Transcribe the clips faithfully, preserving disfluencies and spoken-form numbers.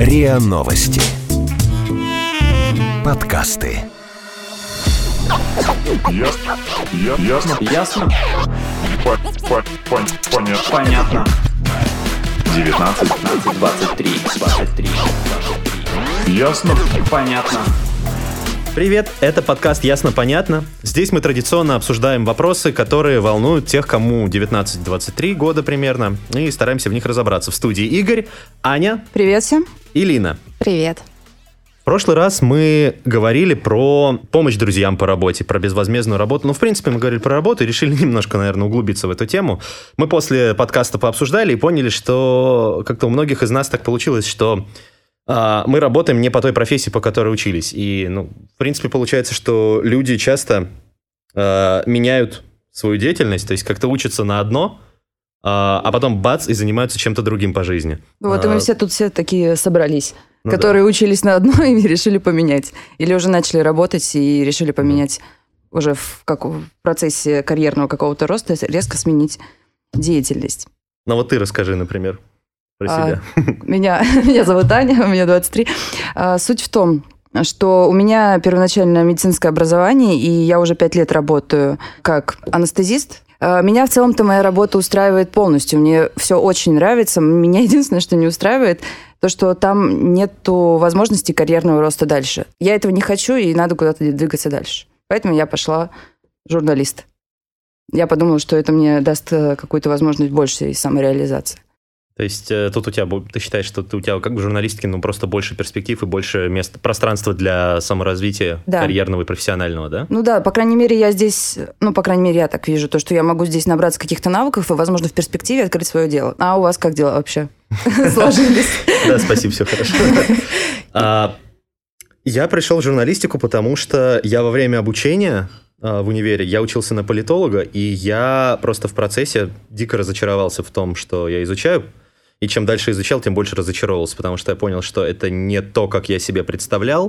РИА Новости. Подкасты. Ясно. Ясно. Ясно. Понятно. Понятно. девятнадцать, двадцать три, двадцать три. Ясно. Понятно. Привет, это подкаст «Ясно-понятно». Здесь мы традиционно обсуждаем вопросы, которые волнуют тех, кому девятнадцать-двадцать три года примерно, и стараемся в них разобраться. В студии Игорь, Аня. Привет всем. И Лина. Привет. В прошлый раз мы говорили про помощь друзьям по работе, про безвозмездную работу. Ну, в принципе, мы говорили про работу и решили немножко, наверное, углубиться в эту тему. Мы после подкаста пообсуждали и поняли, что как-то у многих из нас так получилось, что а, мы работаем не по той профессии, по которой учились. И, ну, в принципе, получается, что люди часто а, меняют свою деятельность, то есть как-то учатся на одно, а, а потом бац, и занимаются чем-то другим по жизни. Вот а, и мы все тут все такие собрались. Ну которые да. учились на одно и решили поменять. Или уже начали работать и решили поменять mm. уже в, как, в процессе карьерного какого-то роста, резко сменить деятельность. Ну вот ты расскажи, например, про а, себя. Меня, меня зовут Аня, мне двадцать три. А, суть в том, что у меня первоначально медицинское образование, и я уже пять лет работаю как анестезист. Меня в целом-то моя работа устраивает полностью. Мне все очень нравится. Меня единственное, что не устраивает, то, что там нету возможности карьерного роста дальше. Я этого не хочу, и надо куда-то двигаться дальше. Поэтому я пошла в журналист. Я подумала, что это мне даст какую-то возможность большей самореализации. То есть тут у тебя, ты считаешь, что у тебя как бы журналистики, ну, просто больше перспектив и больше места, пространства для саморазвития да. карьерного и профессионального, да? Ну да, по крайней мере, я здесь, ну, по крайней мере, я так вижу, то, что я могу здесь набраться каких-то навыков и, возможно, в перспективе открыть свое дело. А у вас как дела вообще сложились? Да, спасибо, все хорошо. Я пришел в журналистику, потому что я во время обучения в универе, я учился на политолога, и я просто в процессе дико разочаровался в том, что я изучаю. И чем дальше изучал, тем больше разочаровался, потому что я понял, что это не то, как я себе представлял,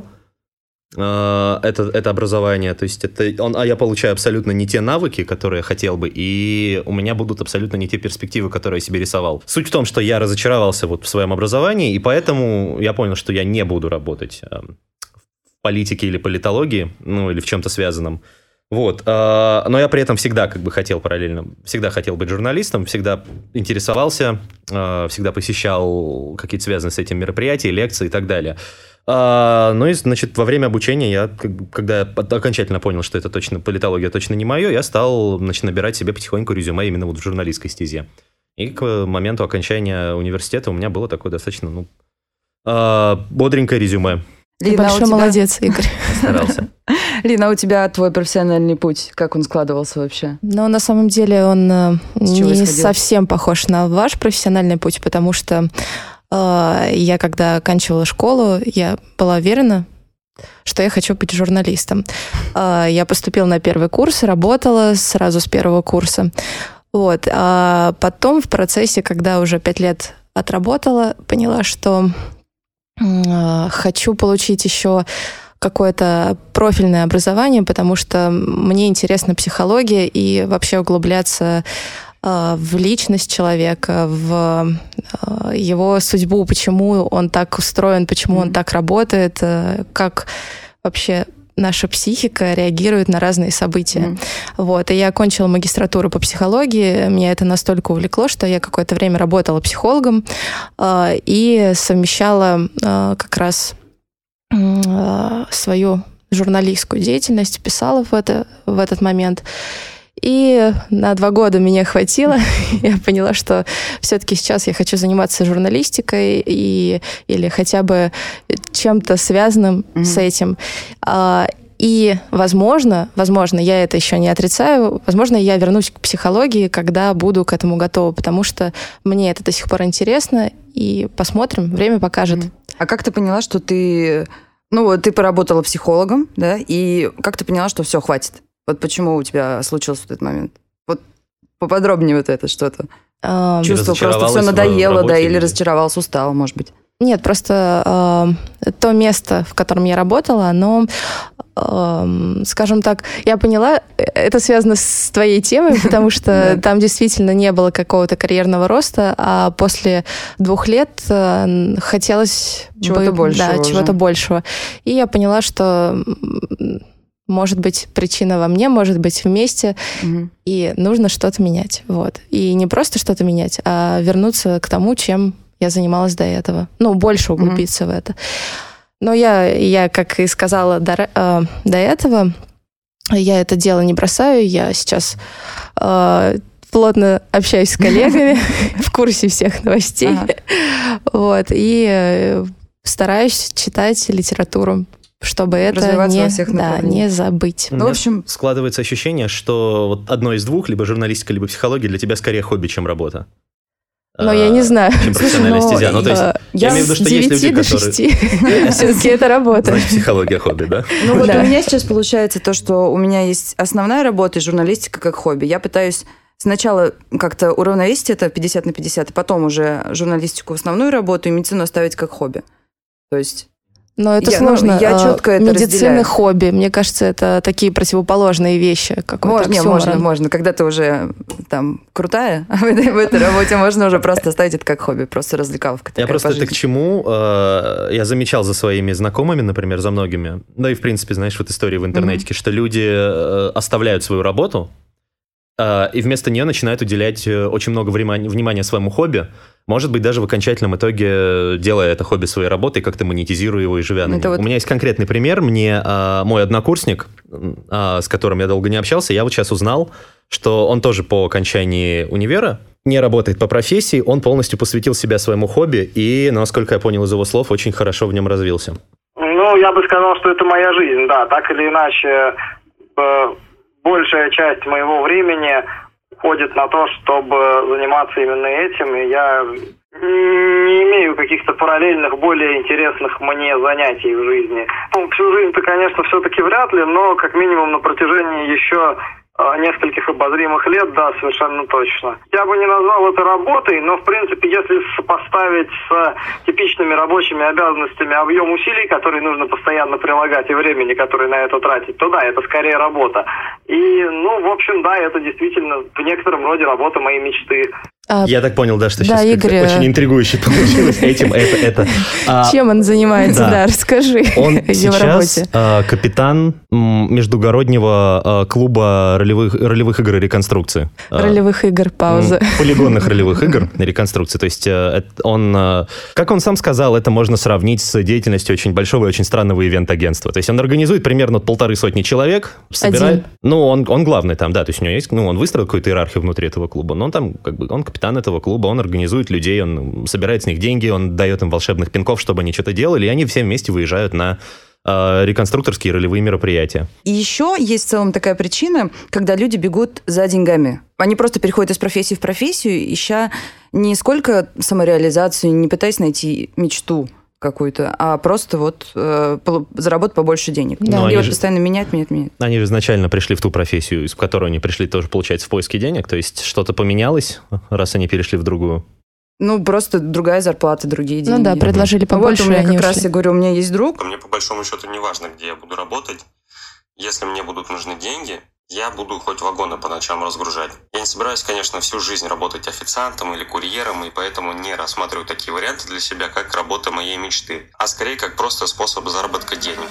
это, это образование. То есть это, он, а я получаю абсолютно не те навыки, которые я хотел бы, и у меня будут абсолютно не те перспективы, которые я себе рисовал. Суть в том, что я разочаровался вот в своем образовании, и поэтому я понял, что я не буду работать в политике или политологии, ну или в чем-то связанном. Вот, но я при этом всегда как бы хотел параллельно, всегда хотел быть журналистом, всегда интересовался, всегда посещал какие-то связанные с этим мероприятия, лекции и так далее. Ну и, значит, во время обучения я, когда я окончательно понял, что это точно, политология точно не мое, я стал, значит, набирать себе потихоньку резюме именно вот в журналистской стезе. И к моменту окончания университета у меня было такое достаточно, ну, бодренькое резюме. Ты Лина, большой тебя... молодец, Игорь. Старался. Лина, у тебя твой профессиональный путь, как он складывался вообще? Ну, на самом деле он С не совсем похож на ваш профессиональный путь, потому что э, я, когда оканчивала школу, я была уверена, что я хочу быть журналистом. Э, я поступила на первый курс, работала сразу с первого курса. Вот. А потом в процессе, когда уже пять лет отработала, поняла, что э, хочу получить еще какое-то профильное образование, потому что мне интересна психология и вообще углубляться э, в личность человека, в э, его судьбу, почему он так устроен, почему mm-hmm. он так работает, э, как вообще наша психика реагирует на разные события. Mm-hmm. Вот. И я окончила магистратуру по психологии. Меня это настолько увлекло, что я какое-то время работала психологом э, и совмещала э, как раз свою журналистскую деятельность, писала в, это, в этот момент. И на два года меня хватило. Я поняла, что все-таки сейчас я хочу заниматься журналистикой и, или хотя бы чем-то связанным mm-hmm. с этим. И, возможно, возможно, я это еще не отрицаю, возможно, я вернусь к психологии, когда буду к этому готова, потому что мне это до сих пор интересно, и посмотрим, время покажет. Mm-hmm. А как ты поняла, что ты... Ну, вот ты поработала психологом, да, и как ты поняла, что все, хватит? Вот почему у тебя случился вот этот момент? Вот поподробнее вот это что-то. Um, Чувство просто все надоело, да, или разочаровался, устал, может быть. Нет, просто э, то место, в котором я работала, оно скажем так, я поняла, это связано с твоей темой, потому что там действительно не было какого-то карьерного роста, а после двух лет хотелось чего-то большего. Да, чего-то большего. И я поняла, что может быть причина во мне, может быть вместе, угу. и нужно что-то менять. Вот. И не просто что-то менять, а вернуться к тому, чем я занималась до этого. Ну, больше углубиться угу. в это. Но я, я, как и сказала до, э, до этого, я это дело не бросаю. Я сейчас э, плотно общаюсь с коллегами, в курсе всех новостей. Вот, и стараюсь читать литературу, чтобы это не, да, не забыть. Ну, в общем, складывается ощущение, что вот одно из двух, либо журналистика, либо психология, для тебя скорее хобби, чем работа. Но а, я не знаю. Чем профессиональная стезя. Ну, то есть, я имею в виду, что есть люди, которые... Все-таки это работа. Значит, психология хобби, да? Ну, вот у меня сейчас получается то, что у меня есть основная работа и журналистика как хобби. Я пытаюсь сначала как-то уравновесить это пятьдесят на пятьдесят, и потом уже журналистику в основную работу и медицину оставить как хобби. То есть... Но это я, сложно. Ну, я четко это Медицина, разделяю. Хобби. Мне кажется, это такие противоположные вещи. Можно, не, можно, можно. Когда ты уже там крутая в этой, в этой работе, можно уже просто оставить это как хобби, просто развлекаловка. Я просто это к чему? Я замечал за своими знакомыми, например, за многими, да и в принципе, знаешь, вот истории в интернете, что люди оставляют свою работу, и вместо нее начинают уделять очень много внимания, внимания своему хобби, может быть, даже в окончательном итоге делая это хобби своей работой, как-то монетизируя его и живя на нем. Вот... У меня есть конкретный пример. Мне а, мой однокурсник, а, с которым я долго не общался, я вот сейчас узнал, что он тоже по окончании универа не работает по профессии, он полностью посвятил себя своему хобби и, насколько я понял из его слов, очень хорошо в нем развился. Ну, я бы сказал, что это моя жизнь, да. Так или иначе, большая часть моего времени уходит на то, чтобы заниматься именно этим, и я не имею каких-то параллельных, более интересных мне занятий в жизни. Ну, всю жизнь-то, конечно, все-таки вряд ли, но как минимум на протяжении еще нескольких обозримых лет, да, совершенно точно. Я бы не назвал это работой, но, в принципе, если сопоставить с типичными рабочими обязанностями объем усилий, которые нужно постоянно прилагать, и времени, которое на это тратить, то да, это скорее работа. И, ну, в общем, да, это действительно в некотором роде работа моей мечты. А, Я так понял, да, что да, сейчас Игорь... очень интригующе получилось этим, это, это. А, Чем он занимается, да, да расскажи. Он сейчас а, капитан междугороднего а, клуба ролевых, ролевых игр и реконструкции. Ролевых а, игр, пауза. Полигонных ролевых игр и реконструкции. То есть а, он, а, как он сам сказал, это можно сравнить с деятельностью очень большого и очень странного ивент-агентства. То есть он организует примерно полторы сотни человек, собирает... Один. Ну, он, он главный там, да, то есть у него есть, ну, он выстроил какую-то иерархию внутри этого клуба, но он там, как бы, он капитан этого клуба, он организует людей, он собирает с них деньги, он дает им волшебных пинков, чтобы они что-то делали, и они все вместе выезжают на э, реконструкторские ролевые мероприятия. И еще есть в целом такая причина, когда люди бегут за деньгами. Они просто переходят из профессии в профессию, ища не сколько самореализацию, не пытаясь найти мечту какую-то, а просто вот э, заработать побольше денег. Да. И вот же, постоянно менять, менять, менять. Они же изначально пришли в ту профессию, в которую они пришли тоже, получается, в поиске денег, то есть что-то поменялось, раз они перешли в другую? Ну, просто другая зарплата, другие деньги. Ну да, предложили побольше, вот у меня как ушли. раз, я говорю, у меня есть друг. Мне по большому счету не важно, где я буду работать. Если мне будут нужны деньги, я буду хоть вагоны по ночам разгружать. Я не собираюсь, конечно, всю жизнь работать официантом или курьером, и поэтому не рассматриваю такие варианты для себя, как работа моей мечты, а скорее как просто способ заработка денег.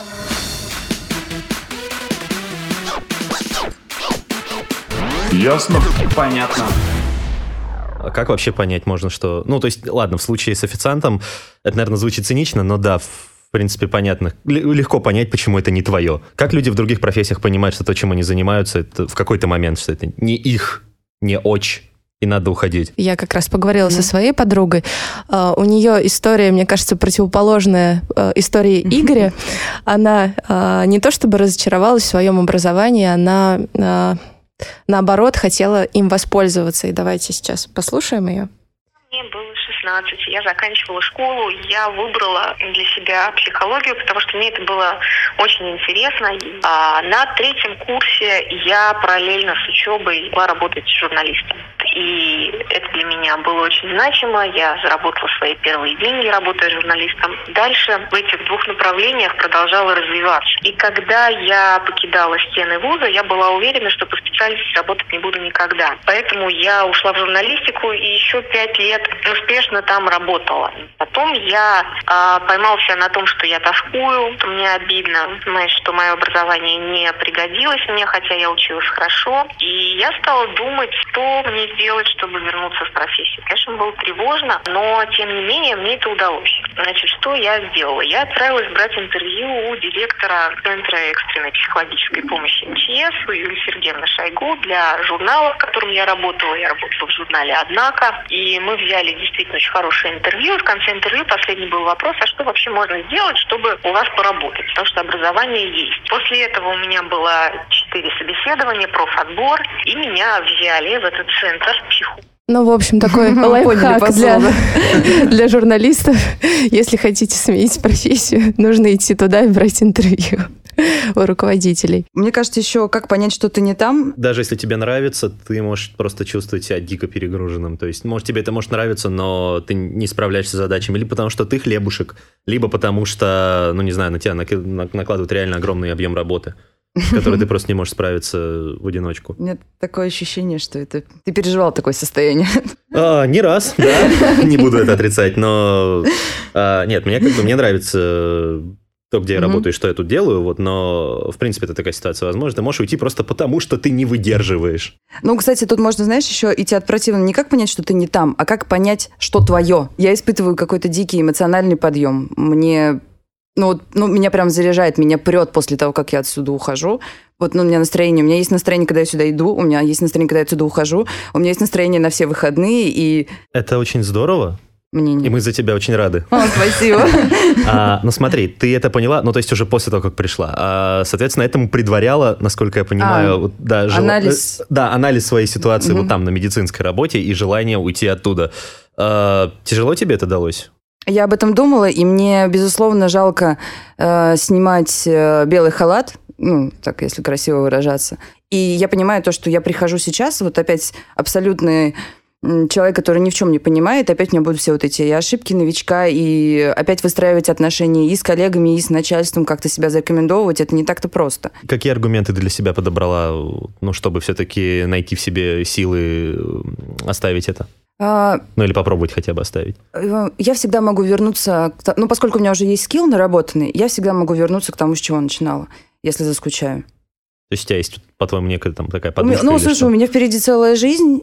Ясно? Понятно. А как вообще понять можно, что... Ну, то есть, ладно, в случае с официантом, это, наверное, звучит цинично, но да, в принципе, понятно. Легко понять, почему это не твое. Как люди в других профессиях понимают, что то, чем они занимаются, это в какой-то момент, что это не их, не отч, и надо уходить. Я как раз поговорила mm-hmm. со своей подругой. Uh, у нее история, мне кажется, противоположная uh, истории mm-hmm. Игоря. Она uh, не то чтобы разочаровалась в своем образовании, она, uh, наоборот, хотела им воспользоваться. И давайте сейчас послушаем ее. Мне было шестнадцать, я заканчивала школу, я выбрала для себя психологию, потому что мне это было очень интересно. А на третьем курсе я параллельно с учебой была работать журналистом. и это для меня было очень значимо. Я заработала свои первые деньги, работая журналистом. Дальше в этих двух направлениях продолжала развиваться. И когда я покидала стены вуза, я была уверена, что по специальности работать не буду никогда. Поэтому я ушла в журналистику и еще пять лет успешно там работала. Потом я э, поймала себя на том, что я тоскую, мне обидно, знаешь, что мое образование не пригодилось мне, хотя я училась хорошо. И я стала думать, что мне сделать, чтобы вернуться в профессию. Конечно, было тревожно, но тем не менее мне это удалось. Значит, что я сделала? Я отправилась брать интервью у директора Центра экстренной психологической помощи эм че эс, у Юлии Сергеевны Шойгу, для журнала, в котором я работала. Я работала в журнале «Однако». И мы взяли действительно очень хорошее интервью. В конце интервью последний был вопрос, а что вообще можно сделать, чтобы у вас поработать? Потому что образование есть. После этого у меня было четыре собеседования, профотбор, и меня взяли в этот центр психологии. Ну, в общем, такой лайфхак для, для журналистов. Если хотите сменить профессию, нужно идти туда и брать интервью у руководителей. Мне кажется, еще как понять, что ты не там. Даже если тебе нравится, ты можешь просто чувствовать себя дико перегруженным. То есть, может, тебе это может нравиться, но ты не справляешься с задачами. Либо потому, что ты хлебушек, либо потому, что, ну, не знаю, на тебя накладывают реально огромный объем работы, с которой ты просто не можешь справиться в одиночку. У меня такое ощущение, что это... Ты переживал такое состояние. А, не раз, да. Не буду это отрицать, но... А, нет, мне как бы мне нравится то, где я mm-hmm. работаю и что я тут делаю, вот, но, в принципе, это такая ситуация возможна. Ты можешь уйти просто потому, что ты не выдерживаешь. Ну, кстати, тут можно, знаешь, еще идти от противного. Не как понять, что ты не там, а как понять, что твое. Я испытываю какой-то дикий эмоциональный подъем. Мне... Ну, ну, меня прям заряжает, меня прет после того, как я отсюда ухожу. Вот, ну, у меня настроение, у меня есть настроение, когда я сюда иду, у меня есть настроение, когда я отсюда ухожу, у меня есть настроение на все выходные, и... Это очень здорово. Мне нет. И мы за тебя очень рады. О, спасибо. А, ну, смотри, ты это поняла, ну, то есть уже после того, как пришла. А, соответственно, этому предваряла, насколько я понимаю, а, вот, да, жел... анализ. Да, анализ своей ситуации угу. вот там, на медицинской работе, и желание уйти оттуда. А, тяжело тебе это далось? Я об этом думала, и мне, безусловно, жалко э, снимать э, белый халат, ну, так, если красиво выражаться. И я понимаю то, что я прихожу сейчас, вот опять абсолютный человек, который ни в чем не понимает, опять у меня будут все вот эти и ошибки новичка, и опять выстраивать отношения и с коллегами, и с начальством, как-то себя зарекомендовывать, это не так-то просто. Какие аргументы ты для себя подобрала, ну, чтобы все-таки найти в себе силы оставить это? А, ну, или попробовать хотя бы оставить. Я всегда могу вернуться... Ну, поскольку у меня уже есть скилл наработанный, я всегда могу вернуться к тому, с чего начинала, если заскучаю. То есть у тебя есть, по-твоему, некая там такая подушка? Ну, слушай, что? У меня впереди целая жизнь,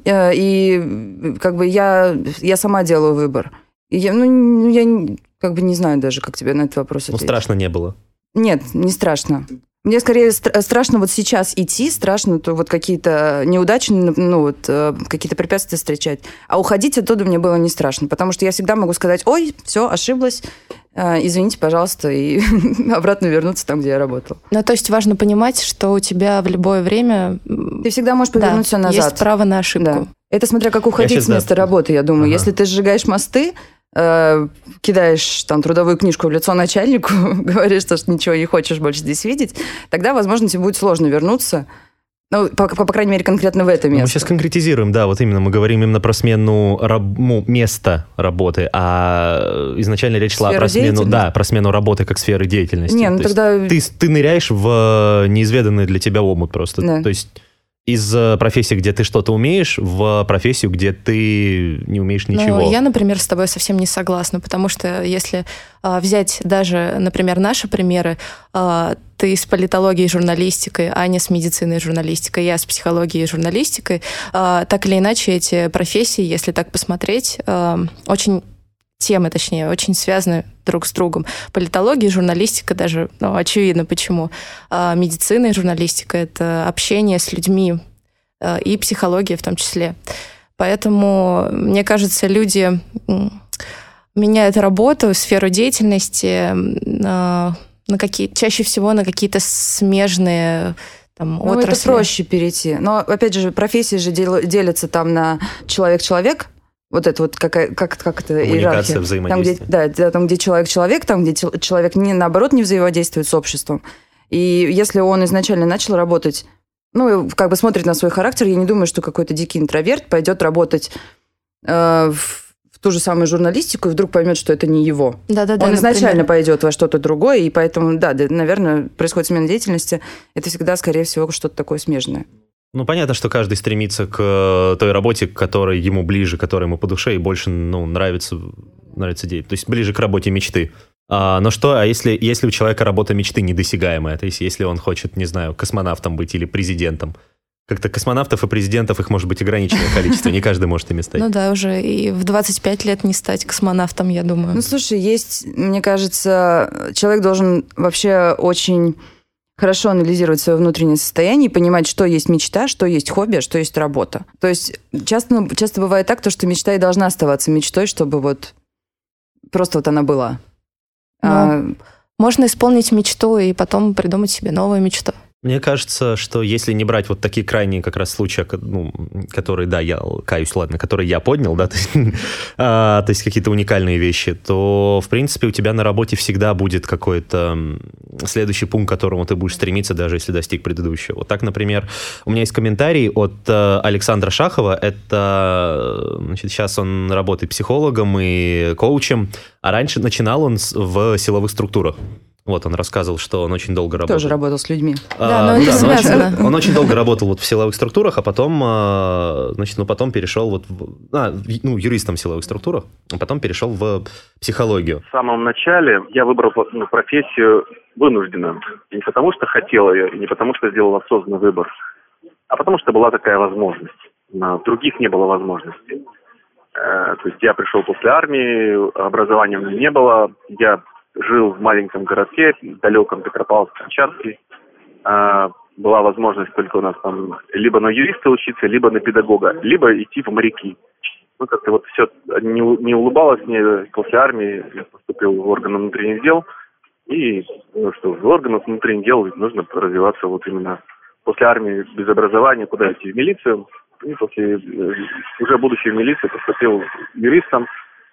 и как бы я, я сама делаю выбор. И я, ну, я как бы не знаю даже, как тебе на этот вопрос ответить. Ну, страшно не было? Нет, не страшно. Мне скорее стра- страшно вот сейчас идти, страшно то вот какие-то неудачи, ну вот какие-то препятствия встречать. А уходить оттуда мне было не страшно, потому что я всегда могу сказать: ой, все, ошиблась, извините, пожалуйста, и обратно вернуться там, где я работала. Ну, то есть важно понимать, что у тебя в любое время... Ты всегда можешь повернуть все да, назад. Есть право на ошибку. Да. Это смотря как уходить сейчас, с места да. работы, я думаю. Ага. Если ты сжигаешь мосты, э, кидаешь там трудовую книжку в лицо начальнику, говоришь, что ничего не хочешь больше здесь видеть, тогда, возможно, тебе будет сложно вернуться. Ну, по, по, по крайней мере, конкретно в это место. Мы сейчас конкретизируем, да, вот именно мы говорим именно про смену раб, ну, места работы, а изначально речь шла про смену, да, про смену работы как сферы деятельности. Не, ну То тогда... Ты, ты ныряешь в неизведанный для тебя омут просто. Да. То есть из профессии, где ты что-то умеешь, в профессию, где ты не умеешь ничего. Ну, я, например, с тобой совсем не согласна, потому что если э, взять даже, например, наши примеры, э, ты с политологией и журналистикой, Аня с медициной и журналистикой, я с психологией и журналистикой, э, так или иначе эти профессии, если так посмотреть, э, очень... темы, точнее, очень связаны друг с другом. Политология и журналистика даже, ну, очевидно, почему. А медицина и журналистика — это общение с людьми, и психология в том числе. Поэтому, мне кажется, люди меняют работу, сферу деятельности на, на какие, чаще всего на какие-то смежные там, ну, отрасли. Это проще перейти. Но, опять же, профессии же дел, делятся там на человек-человек. Вот это вот какая, как, как это иерархия. Взаимодействие. Там, где, да, там, где человек-человек, там, где человек, не, наоборот, не взаимодействует с обществом. И если он изначально начал работать ну, как бы смотрит на свой характер. Я не думаю, что какой-то дикий интроверт пойдет работать э, в, в ту же самую журналистику и вдруг поймет, что это не его. Да-да-да, Он изначально например. пойдет во что-то другое, и поэтому, да, да, наверное, происходит смена деятельности. Это всегда, скорее всего, что-то такое смежное. Ну, понятно, что каждый стремится к той работе, которая ему ближе, которая ему по душе и больше, ну, нравится, нравится делать. То есть ближе к работе мечты. А, но что, а если, если у человека работа мечты недосягаемая? То есть если он хочет, не знаю, космонавтом быть или президентом? Как-то космонавтов и президентов, их может быть ограниченное количество, не каждый может ими стать. Ну да, уже и в двадцать пять лет не стать космонавтом, я думаю. Ну, слушай, есть, мне кажется, человек должен вообще очень хорошо анализировать свое внутреннее состояние и понимать, что есть мечта, что есть хобби, а что есть работа. То есть часто, часто бывает так, то, что мечта и должна оставаться мечтой, чтобы вот просто вот она была. А... Можно исполнить мечту и потом придумать себе новую мечту. Мне кажется, что если не брать вот такие крайние как раз случаи, ну, которые, да, я каюсь, ладно, которые я поднял, да, то есть, а, то есть какие-то уникальные вещи, то, в принципе, у тебя на работе всегда будет какой-то следующий пункт, к которому ты будешь стремиться, даже если достиг предыдущего. Вот так, например, у меня есть комментарий от Александра Шахова, это, значит, сейчас он работает психологом и коучем, а раньше начинал он в силовых структурах. Вот, он рассказывал, что он очень долго работал. Тоже работал с людьми. А, да, но ну, это да, связано. Он очень, он очень долго работал вот в силовых структурах, а потом, значит, ну, потом перешел вот в, а, ну, юристом в силовых структурах, а потом перешел в психологию. В самом начале я выбрал ну, профессию вынужденно. И не потому, что хотел ее, и не потому, что сделал осознанный выбор, а потому, что была такая возможность. На других не было возможности. Э, то есть я пришел после армии, образования у меня не было, я жил в маленьком городке, далеком Петропавловске-Камчатске. А, была возможность только у нас там либо на юриста учиться, либо на педагога, либо идти в моряки. Ну, как-то вот все не, не улыбалось мне. После армии я поступил в органы внутренних дел. И ну, что, в органах внутренних дел нужно развиваться вот именно после армии без образования, куда идти, в милицию. И после, уже будучи в милиции, поступил юристом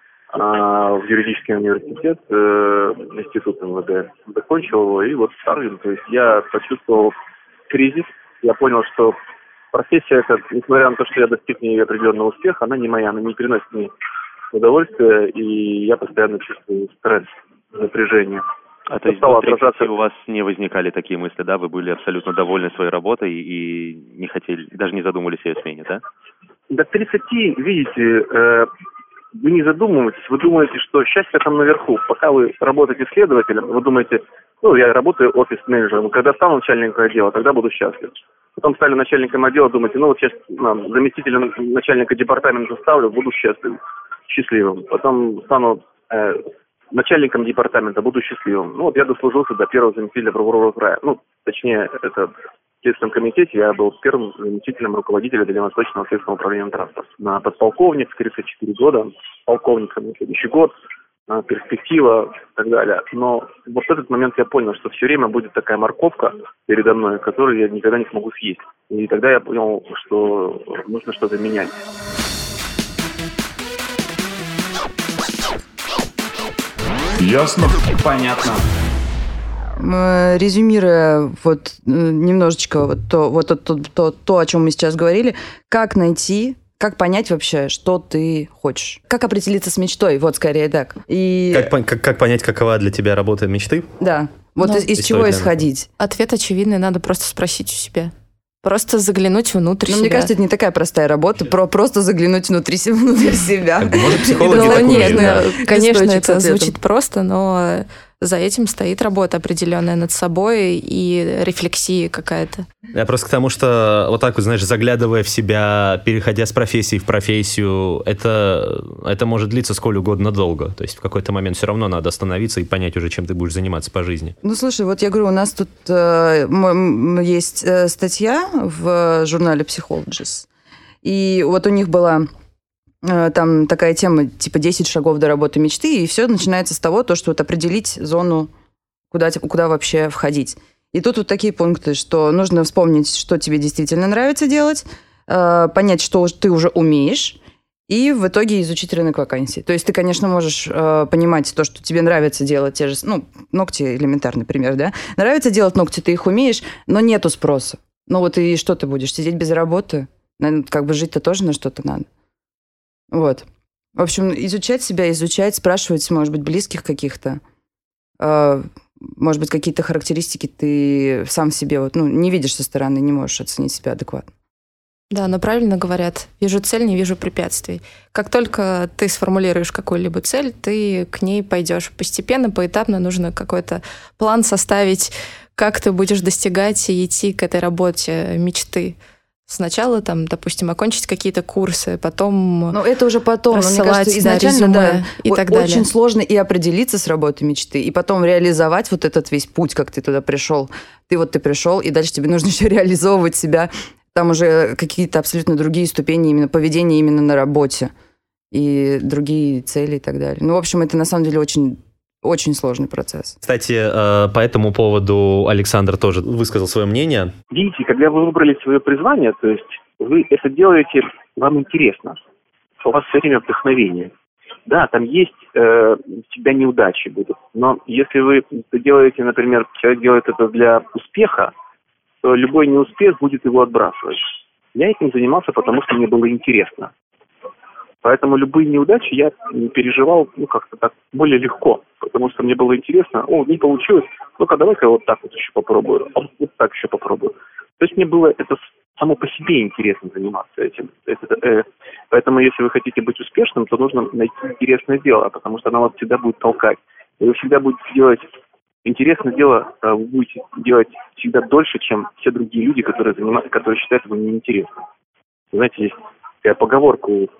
в юридический университет, э, институт эм вэ дэ, закончил его, и вот старый, то есть я почувствовал кризис, я понял, что профессия, это, несмотря на то, что я достиг в ней определенного успеха, она не моя, она не приносит мне удовольствия, и я постоянно чувствую стресс, напряжение. А то есть до тридцати у вас не возникали такие мысли, да? Вы были абсолютно довольны своей работой и не хотели, даже не задумывались о ее смене, да? До тридцати, видите, э, вы не задумываетесь, вы думаете, что счастье там наверху. Пока вы работаете следователем, вы думаете, ну, я работаю офис-менеджером, когда стану начальником отдела, тогда буду счастлив. Потом стали начальником отдела, думаете, ну, вот сейчас ну, заместителем начальника департамента ставлю, буду счастлив, счастливым. Потом стану э, начальником департамента, буду счастливым. Ну, вот я дослужился до первого заместителя прокурора края. Ну, точнее, это... В Следственном комитете я был первым заместителем руководителя Дальневосточного следственного управления транспорта. На подполковник, тридцать четыре года, полковником на следующий год, перспектива и так далее. Но вот в этот момент я понял, что все время будет такая морковка передо мной, которую я никогда не смогу съесть. И тогда я понял, что нужно что-то менять. Ясно? Понятно. Резюмируя вот немножечко вот то, вот то, то, то, то, о чем мы сейчас говорили, как найти, как понять вообще, что ты хочешь? Как определиться с мечтой? Вот скорее так. И... Как, как, как понять, какова для тебя работа мечты? Да. Вот из, из чего исходить? Ответ очевидный, надо просто спросить у себя. Просто заглянуть внутрь Но себя. Мне кажется, это не такая простая работа, про просто заглянуть внутри, внутрь себя. Может, психологи так умеют, да. Конечно, это звучит просто, но за этим стоит работа определенная над собой и рефлексия какая-то. Я просто к тому, что вот так вот, знаешь, заглядывая в себя, переходя с профессии в профессию, это, это может длиться сколь угодно долго. То есть в какой-то момент все равно надо остановиться и понять уже, чем ты будешь заниматься по жизни. Ну, слушай, вот я говорю, у нас тут э, есть э, статья в журнале Psychologist, и вот у них была... Там такая тема, типа десять шагов до работы мечты, и все начинается с того, то, что вот определить зону, куда, куда вообще входить. И тут вот такие пункты, что нужно вспомнить, что тебе действительно нравится делать, понять, что ты уже умеешь, и в итоге изучить рынок вакансий. То есть ты, конечно, можешь понимать то, что тебе нравится делать те же... Ну, ногти элементарный пример, да? Нравится делать ногти, ты их умеешь, но нету спроса. Ну вот и что ты будешь, сидеть без работы? Наверное, как бы жить-то тоже на что-то надо. Вот. В общем, изучать себя, изучать, спрашивать, может быть, близких каких-то. Может быть, какие-то характеристики ты сам в себе вот, ну, не видишь со стороны, не можешь оценить себя адекватно. Да, но правильно говорят, вижу цель, не вижу препятствий. Как только ты сформулируешь какую-либо цель, ты к ней пойдешь постепенно, поэтапно. Нужно какой-то план составить, как ты будешь достигать и идти к этой работе мечты. Сначала, там, допустим, окончить какие-то курсы, потом ну, это уже потом. рассылать, мне кажется, изначально, да, да, и так очень далее. Очень сложно и определиться с работой мечты, и потом реализовать вот этот весь путь, как ты туда пришел. Ты вот ты пришел, и дальше тебе нужно еще реализовывать себя. Там уже какие-то абсолютно другие ступени именно поведения именно на работе, и другие цели и так далее. Ну, в общем, это на самом деле очень... Очень сложный процесс. Кстати, по этому поводу Александр тоже высказал свое мнение. Видите, когда вы выбрали свое призвание, то есть вы это делаете, вам интересно, у вас все время вдохновение. Да, там есть э, всегда неудачи будут, но если вы делаете, например, человек делает это для успеха, то любой неуспех будет его отбрасывать. Я этим занимался, потому что мне было интересно. Поэтому любые неудачи я переживал, ну, как-то так более легко, потому что мне было интересно. О, не получилось, ну-ка, давай-ка вот так вот еще попробую, а вот так еще попробую. То есть мне было это само по себе интересно заниматься этим. Это, э, поэтому если вы хотите быть успешным, то нужно найти интересное дело, потому что оно вас всегда будет толкать. И вы всегда будете делать интересное дело, вы будете делать всегда дольше, чем все другие люди, которые занимаются, которые считают его неинтересным. Знаете, есть такая поговорка у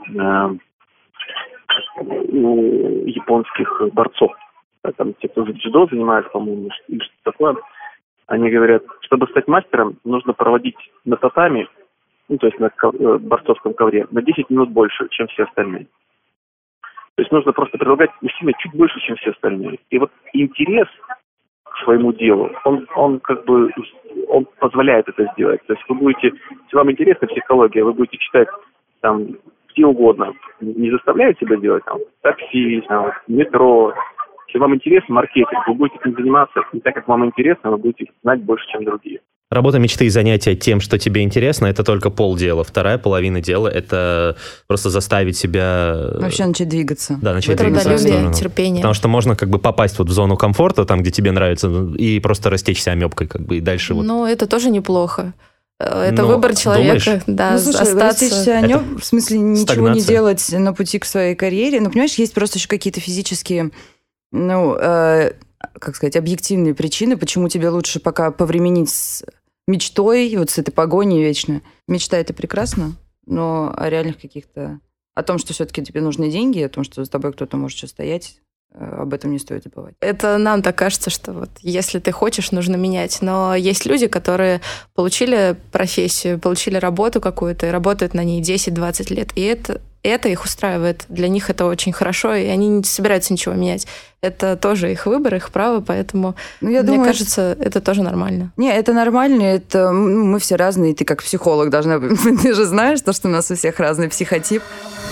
у японских борцов. Там те, кто дзюдо занимается, по-моему, или что-то такое, они говорят, чтобы стать мастером, нужно проводить на татами, ну, то есть на борцовском ковре, на десять минут больше, чем все остальные. То есть нужно просто прилагать усилия чуть больше, чем все остальные. И вот интерес к своему делу, он, он как бы он позволяет это сделать. То есть вы будете, если вам интересна психология, вы будете читать там где угодно. Не заставляют себя делать там такси, там, метро. Если вам интересен маркетинг, вы будете этим заниматься, и так как вам интересно, вы будете знать больше, чем другие. Работа мечты и занятия тем, что тебе интересно, это только полдела. Вторая половина дела — это просто заставить себя... Вообще начать двигаться. Да, начать двигаться. Трудолюбие, терпение. Потому что можно как бы попасть вот в зону комфорта, там, где тебе нравится, и просто растечься амебкой, как бы, и дальше вот... Ну, это тоже неплохо. Это Но, выбор человека, думаешь? да, ну, слушай, остаться... о нем, в смысле, ничего стагнация. Не делать на пути к своей карьере. Ну, понимаешь, есть просто еще какие-то физические, ну, э, как сказать, объективные причины, почему тебе лучше пока повременить с мечтой, вот с этой погоней вечно. Мечта — это прекрасно, но о реальных каких-то... О том, что все-таки тебе нужны деньги, о том, что за тобой кто-то может еще стоять, об этом не стоит забывать. Это нам так кажется, что вот если ты хочешь, нужно менять. Но есть люди, которые получили профессию, получили работу какую-то и работают на ней десять-двадцать лет. И это, это их устраивает. Для них это очень хорошо, и они не собираются ничего менять. Это тоже их выбор, их право, поэтому, ну, я мне думаю, кажется, это... это тоже нормально. Не, это нормально, это мы все разные. Ты как психолог должна быть. Ты же знаешь, то, что у нас у всех разный психотип.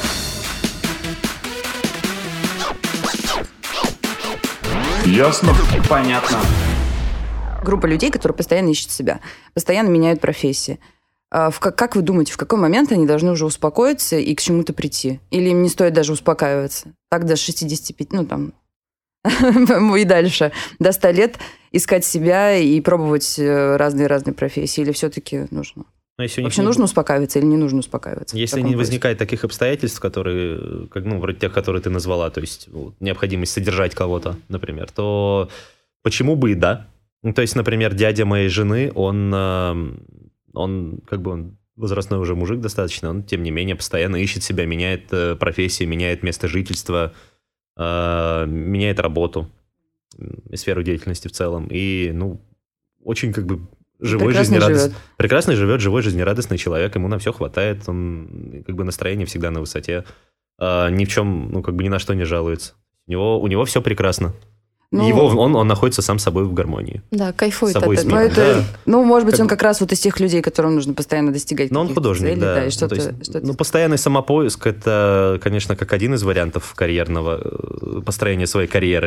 Ясно? Понятно. Группа людей, которые постоянно ищут себя, постоянно меняют профессии. А в, как вы думаете, в какой момент они должны уже успокоиться и к чему-то прийти? Или им не стоит даже успокаиваться? Так до шестидесяти пяти, ну там, и дальше, до ста лет искать себя и пробовать разные-разные профессии? Или все-таки нужно? Но если Вообще не... нужно успокаиваться или не нужно успокаиваться? Если не возникает таких обстоятельств, которые, как, ну, вроде тех, которые ты назвала, то есть вот, необходимость содержать кого-то, например, то почему бы и да? Ну, то есть, например, дядя моей жены, он, он как бы он возрастной уже мужик достаточно, он, тем не менее, постоянно ищет себя, меняет профессию, меняет место жительства, меняет работу, сферу деятельности в целом. И, ну, очень как бы... Живой, жизнерадостный, прекрасно живет, живой, жизнерадостный человек, ему на все хватает, он как бы настроение всегда на высоте, а, ни в чем, ну как бы ни на что не жалуется. У него, у него все прекрасно. Ну, Его, он, он находится сам с собой в гармонии. Да, кайфует от этого. Ну, это, ну, может быть, как... он как раз вот из тех людей, которым нужно постоянно достигать. Но он художник, целей, да. да и что-то, ну, есть, что-то... ну, постоянный самопоиск, это, конечно, как один из вариантов карьерного построения своей карьеры.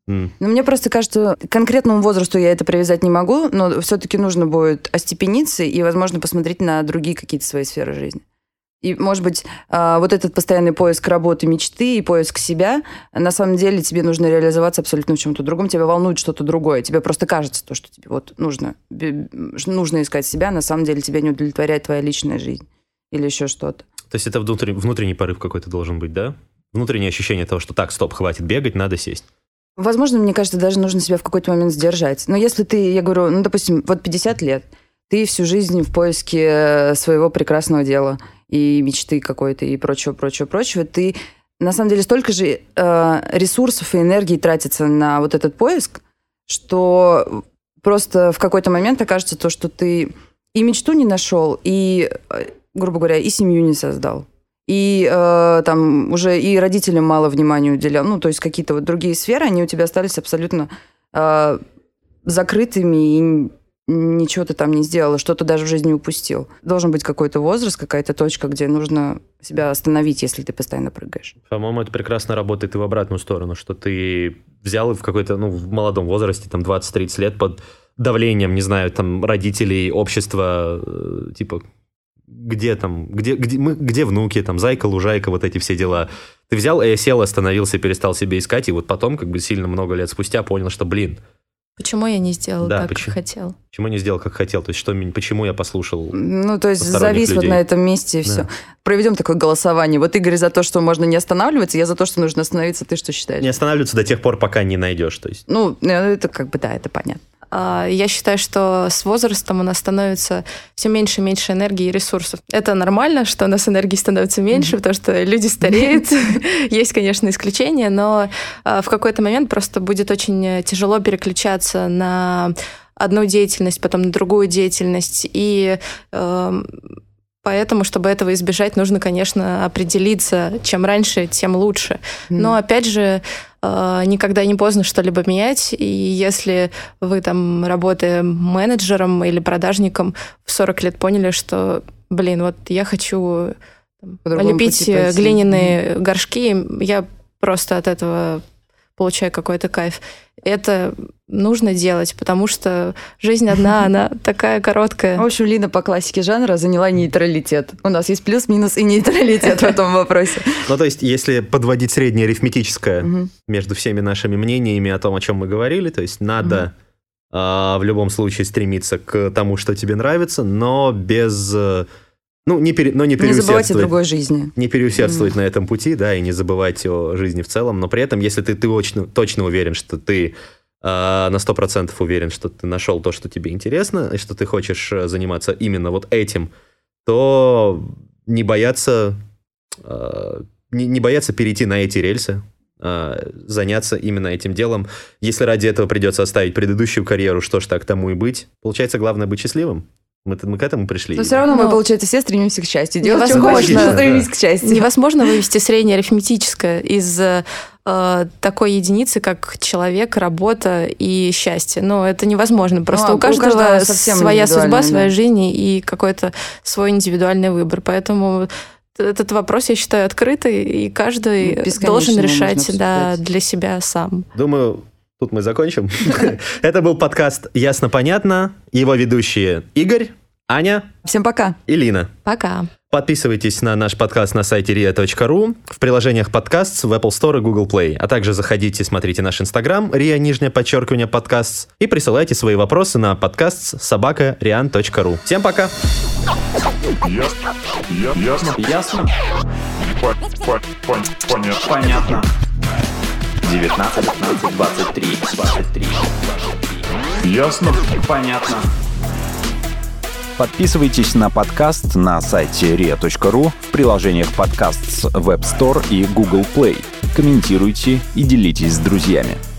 Mm. Но мне просто кажется, к конкретному возрасту я это привязать не могу, но все-таки нужно будет остепениться и, возможно, посмотреть на другие какие-то свои сферы жизни. И, может быть, вот этот постоянный поиск работы, мечты и поиск себя, на самом деле тебе нужно реализоваться абсолютно в чем-то другом, тебя волнует что-то другое, тебе просто кажется то, что тебе вот нужно, нужно искать себя, на самом деле тебя не удовлетворяет твоя личная жизнь или еще что-то. То есть это внутренний, внутренний порыв какой-то должен быть, да? Внутреннее ощущение того, что так, стоп, хватит бегать, надо сесть. Возможно, мне кажется, даже нужно себя в какой-то момент сдержать. Но если ты, я говорю, ну, допустим, вот пятьдесят лет, ты всю жизнь в поиске своего прекрасного дела и мечты какой-то, и прочего, прочего, прочего, ты, на самом деле, столько же э, ресурсов и энергии тратится на вот этот поиск, что просто в какой-то момент окажется то, что ты и мечту не нашел, и, грубо говоря, и семью не создал. И э, там уже и родителям мало внимания уделял. Ну, то есть какие-то вот другие сферы, они у тебя остались абсолютно э, закрытыми, и ничего ты там не сделала, что-то даже в жизни упустил. Должен быть какой-то возраст, какая-то точка, где нужно себя остановить, если ты постоянно прыгаешь. По-моему, это прекрасно работает и в обратную сторону, что ты взял в какой-то, ну, в молодом возрасте, там, двадцать-тридцать лет, под давлением, не знаю, там, родителей, общества, э, типа... Где там, где, где, мы, где внуки, там, зайка, лужайка, вот эти все дела. Ты взял, и сел, остановился, перестал себе искать, и вот потом, как бы сильно много лет спустя, понял, что, блин... Почему я не сделал да, так, почему, как хотел? Почему не сделал, как хотел? То есть, что, почему я послушал Ну, то есть, завис людей. Вот на этом месте, и да. все. Проведем такое голосование. Вот Игорь за то, что можно не останавливаться, я за то, что нужно остановиться. Ты что считаешь? Не останавливаться до тех пор, пока не найдешь. То есть. Ну, это как бы, да, это понятно. Я считаю, что с возрастом у нас становится все меньше и меньше энергии и ресурсов. Это нормально, что у нас энергии становится меньше, потому что люди стареют. Есть, конечно, исключения, но в какой-то момент просто будет очень тяжело переключаться на одну деятельность, потом на другую деятельность. И поэтому, чтобы этого избежать, нужно, конечно, определиться. Чем раньше, тем лучше. Но, опять же, никогда не поздно что-либо менять, и если вы там, работая менеджером или продажником, в сорок лет поняли, что, блин, вот я хочу там, лепить глиняные mm-hmm. горшки, я просто от этого получаю какой-то кайф. Это нужно делать, потому что жизнь одна, она такая короткая. В общем, Лина по классике жанра заняла нейтралитет. У нас есть плюс, минус и нейтралитет в этом вопросе. Ну, то есть, если подводить среднее арифметическое между всеми нашими мнениями о том, о чем мы говорили, то есть, надо в любом случае стремиться к тому, что тебе нравится, но без... Ну, не, пере, но не, не забывать о другой жизни. Не переусердствовать mm. на этом пути, да, и не забывать о жизни в целом. Но при этом, если ты, ты точно, точно уверен, что ты э, на сто процентов уверен, что ты нашел то, что тебе интересно, и что ты хочешь заниматься именно вот этим, то не бояться, э, не, не бояться перейти на эти рельсы, э, заняться именно этим делом. Если ради этого придется оставить предыдущую карьеру, что ж так, тому и быть. Получается, главное быть счастливым. Мы, мы к этому пришли. Но все равно Но... мы, получается, все стремимся к счастью. Делать невозможно, стремимся к счастью. Невозможно вывести среднее арифметическое из э, такой единицы, как человек, работа и счастье. Но это невозможно. Просто ну, у каждого, у каждого своя судьба, да. своя жизнь и какой-то свой индивидуальный выбор. Поэтому этот вопрос, я считаю, открытый, и каждый должен решать да, для себя сам. Думаю... Тут мы закончим. Это был подкаст «Ясно-понятно». Его ведущие Игорь, Аня. Всем пока. И Лина. Пока. Подписывайтесь на наш подкаст на сайте риа точка ру, в приложениях подкаст в Apple Store и Google Play. А также заходите, смотрите наш Инстаграм, риа, нижнее подчеркивание, подкаст, и присылайте свои вопросы на подкаст собака риан точка ру. Всем пока. Ясно. Ясно. Ясно. Понятно. Понятно. девятнадцать, пятнадцать, двадцать три, двадцать три. Ясно? Понятно. Подписывайтесь на подкаст на сайте риа точка ру, в приложениях подкаст с Web Store и Google Play. Комментируйте и делитесь с друзьями.